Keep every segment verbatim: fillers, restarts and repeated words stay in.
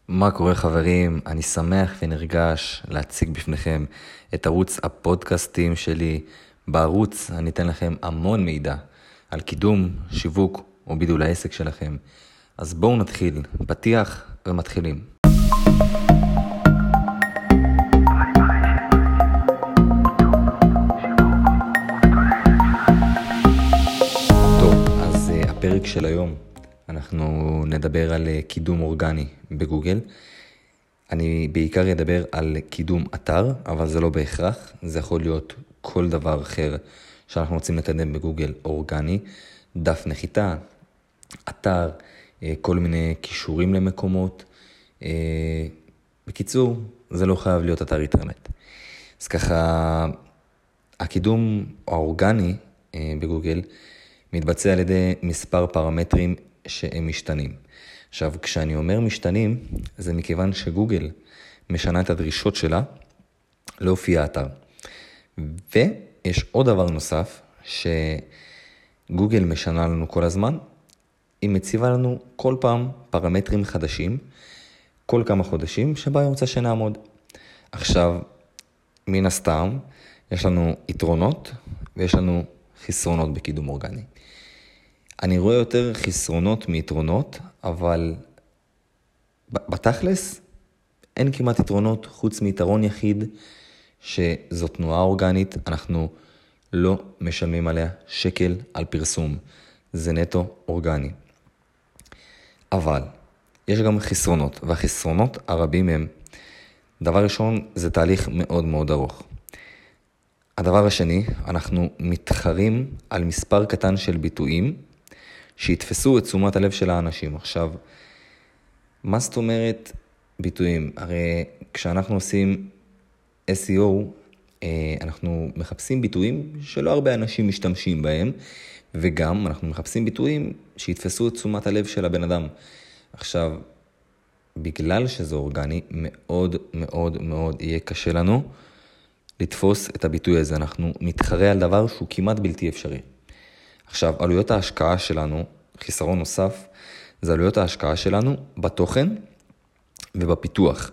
מה קורה חברים? אני שמח ונרגש להציג בפניכם את ערוץ הפודקאסטים שלי. בערוץ אני אתן לכם המון מידע על קידום, שיווק או בידול העסק שלכם. אז בואו נתחיל, פתיח ומתחילים. טוב, אז uh, הפרק של היום אנחנו נדבר על uh, קידום אורגני בגוגל. אני בעיקר אדבר על קידום אתר, אבל זה לא בהכרח. זה יכול להיות כל דבר אחר שאנחנו רוצים לקדם בגוגל אורגני. דף נחיתה, אתר, כל מיני קישורים למקומות. בקיצור, זה לא חייב להיות אתר אינטרנט. אז ככה, הקידום האורגני בגוגל מתבצע על ידי מספר פרמטרים שהם משתנים. עכשיו, כשאני אומר משתנים, זה מכיוון שגוגל משנה את הדרישות שלה להופיע אתר. ויש עוד דבר נוסף, שגוגל משנה לנו כל הזמן, היא מציבה לנו כל פעם פרמטרים חדשים, כל כמה חודשים, שבה היא רוצה שנעמוד. עכשיו, מן הסתם, יש לנו יתרונות, ויש לנו חסרונות בקידום אורגני. אני רואה יותר חסרונות מיתרונות, אבל בתכלס אין כמעט יתרונות חוץ מיתרון יחיד, שזו תנועה אורגנית, אנחנו לא משלמים עליה שקל על פרסום. זה נטו אורגני. אבל יש גם חסרונות, והחסרונות הרבים הם, דבר ראשון, זה תהליך מאוד מאוד ארוך. הדבר השני, אנחנו מתחרים על מספר קטן של ביטויים, שיתפסו את תשומת הלב של האנשים. עכשיו, מה זאת אומרת ביטויים? הרי כשאנחנו עושים אס אי או, אנחנו מחפשים ביטויים שלא הרבה אנשים משתמשים בהם, וגם אנחנו מחפשים ביטויים שיתפסו את תשומת הלב של הבן אדם. עכשיו, בגלל שזה אורגני, מאוד מאוד מאוד יהיה קשה לנו לתפוס את הביטוי הזה. אנחנו מתחרה על דבר שהוא כמעט בלתי אפשרי. עכשיו, עלויות ההשקעה שלנו, חיסרון נוסף, זה עלויות ההשקעה שלנו בתוכן ובפיתוח.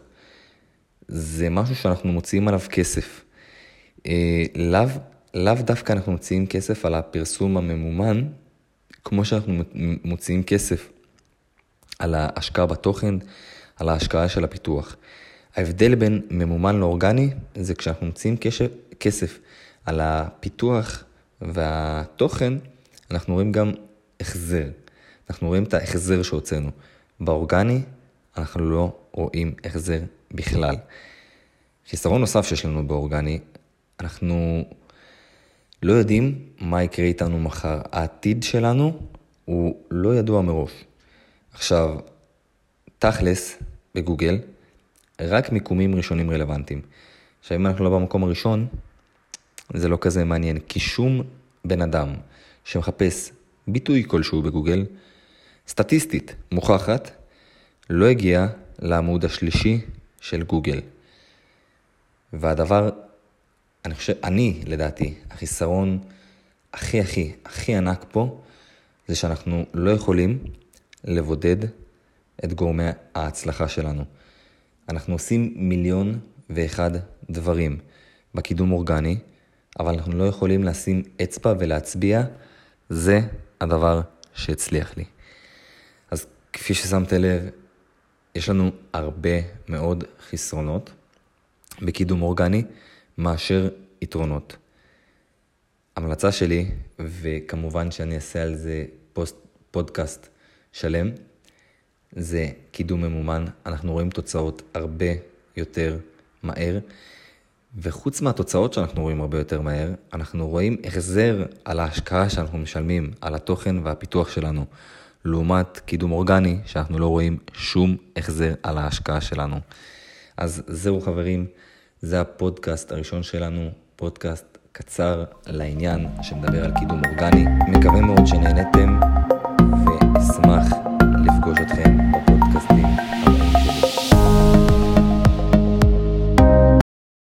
זה משהו שאנחנו מוציאים עליו כסף. אה, לאו, לאו דווקא אנחנו מוציאים כסף על הפרסום הממומן, כמו שאנחנו מוציאים כסף על ההשקעה בתוכן, על ההשקעה של הפיתוח. ההבדל בין ממומן לאורגני, זה כשאנחנו מוציאים כסף, כסף על הפיתוח והתוכן, אנחנו רואים גם החזר. אנחנו רואים את ההחזר שהוצאנו. באורגני, אנחנו לא רואים החזר בכלל. חיסרון נוסף שיש לנו באורגני, אנחנו לא יודעים מה יקרה איתנו מחר. העתיד שלנו הוא לא ידוע מראש. עכשיו, תכלס בגוגל, רק מיקומים ראשונים רלוונטיים. עכשיו, אם אנחנו לא במקום הראשון, זה לא כזה מעניין. כי שום בן אדם שמחפש ביטוי כלשהו בגוגל, סטטיסטית מוכחת, לא הגיע לעמוד השלישי של גוגל. והדבר, אני חושב, אני לדעתי, החיסרון הכי הכי הכי ענק פה, זה שאנחנו לא יכולים לבודד את גורמי ההצלחה שלנו. אנחנו עושים מיליון ואחד דברים בקידום אורגני, אבל אנחנו לא יכולים לשים אצבע ולהצביע, זה הדבר שהצליח לי. אז כפי ששמתם לב, יש לנו הרבה מאוד חסרונות בקידום אורגני, מאשר יתרונות. המלצה שלי, וכמובן שאני אעשה על זה פוסט, פודקאסט שלם, זה קידום ממומן. אנחנו רואים תוצאות הרבה יותר מהר, וחוץ מהתוצאות שאנחנו רואים הרבה יותר מהר, אנחנו רואים החזר על ההשקעה שאנחנו משלמים, על התוכן והפיתוח שלנו, לעומת קידום אורגני, שאנחנו לא רואים שום החזר על ההשקעה שלנו. אז זהו חברים, זה הפודקאסט הראשון שלנו, פודקאסט קצר לעניין שמדבר על קידום אורגני. מקווה מאוד שנהנתם, ואשמח